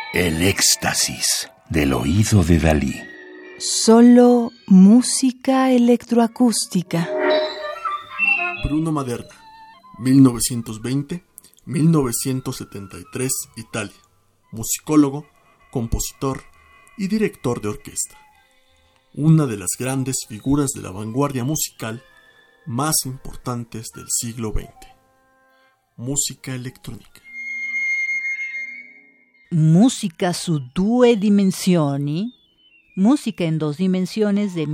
El éxtasis del oído de Dalí. Solo música electroacústica. Bruno Maderna, 1920-1973, Italia. Musicólogo, compositor y director de orquesta. Una de las grandes figuras de la vanguardia musical más importantes del siglo XX. Música eletrónica. Musica su due dimensioni, música en dos dimensiones de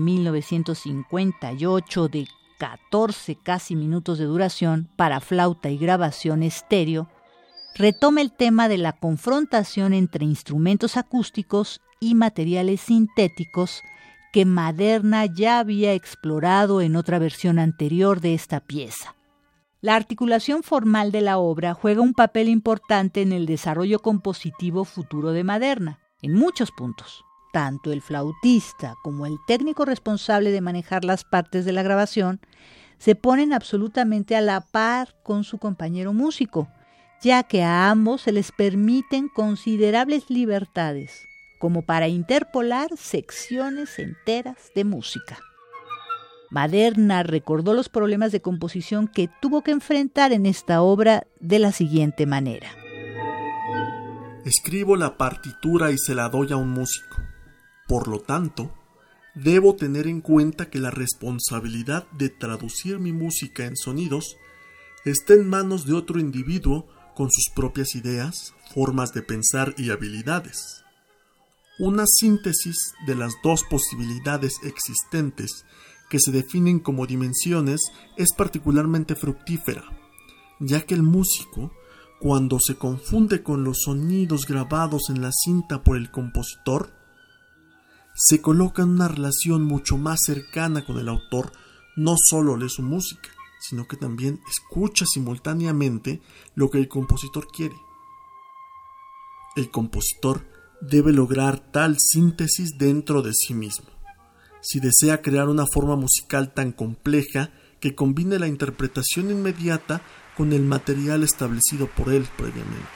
1958 de 14 casi minutos de duración para flauta y grabación estéreo, retoma el tema de la confrontación entre instrumentos acústicos y materiales sintéticos que Maderna ya había explorado en otra versión anterior de esta pieza. La articulación formal de la obra juega un papel importante en el desarrollo compositivo futuro de Maderna, en muchos puntos. Tanto el flautista como el técnico responsable de manejar las partes de la grabación se ponen absolutamente a la par con su compañero músico, ya que a ambos se les permiten considerables libertades, como para interpolar secciones enteras de música. Maderna recordó los problemas de composición que tuvo que enfrentar en esta obra de la siguiente manera. Escribo la partitura y se la doy a un músico. Por lo tanto, debo tener en cuenta que la responsabilidad de traducir mi música en sonidos está en manos de otro individuo con sus propias ideas, formas de pensar y habilidades. Una síntesis de las dos posibilidades existentes que se definen como dimensiones es particularmente fructífera, ya que el músico, cuando se confunde con los sonidos grabados en la cinta por el compositor, se coloca en una relación mucho más cercana con el autor. No solo lee su música, sino que también escucha simultáneamente lo que el compositor quiere. El compositor debe lograr tal síntesis dentro de sí mismo, si desea crear una forma musical tan compleja que combine la interpretación inmediata con el material establecido por él previamente.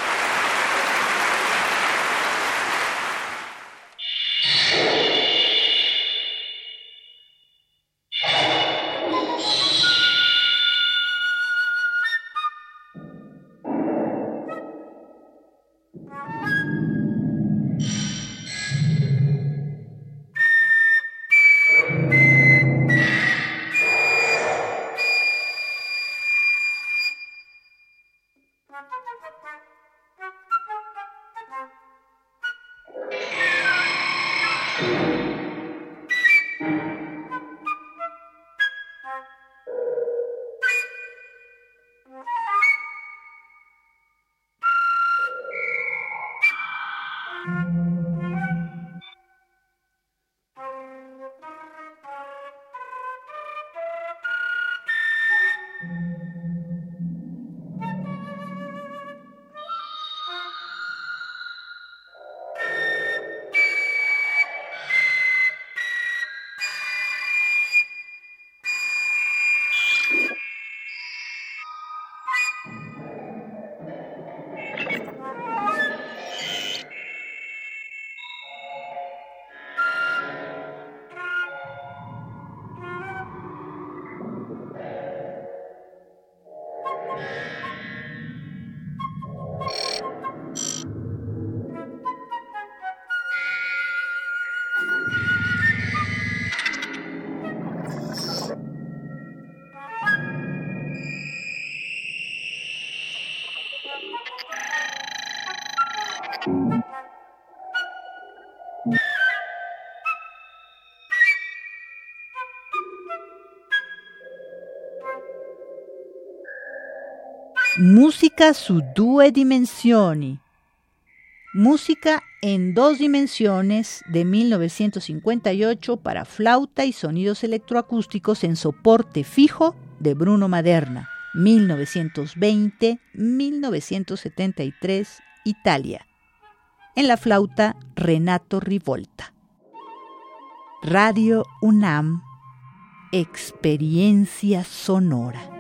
Musica su due dimensioni, música en dos dimensiones de 1958 para flauta y sonidos electroacústicos en soporte fijo de Bruno Maderna, 1920-1973, Italia. En la flauta, Renato Rivolta. Radio UNAM, experiencia sonora.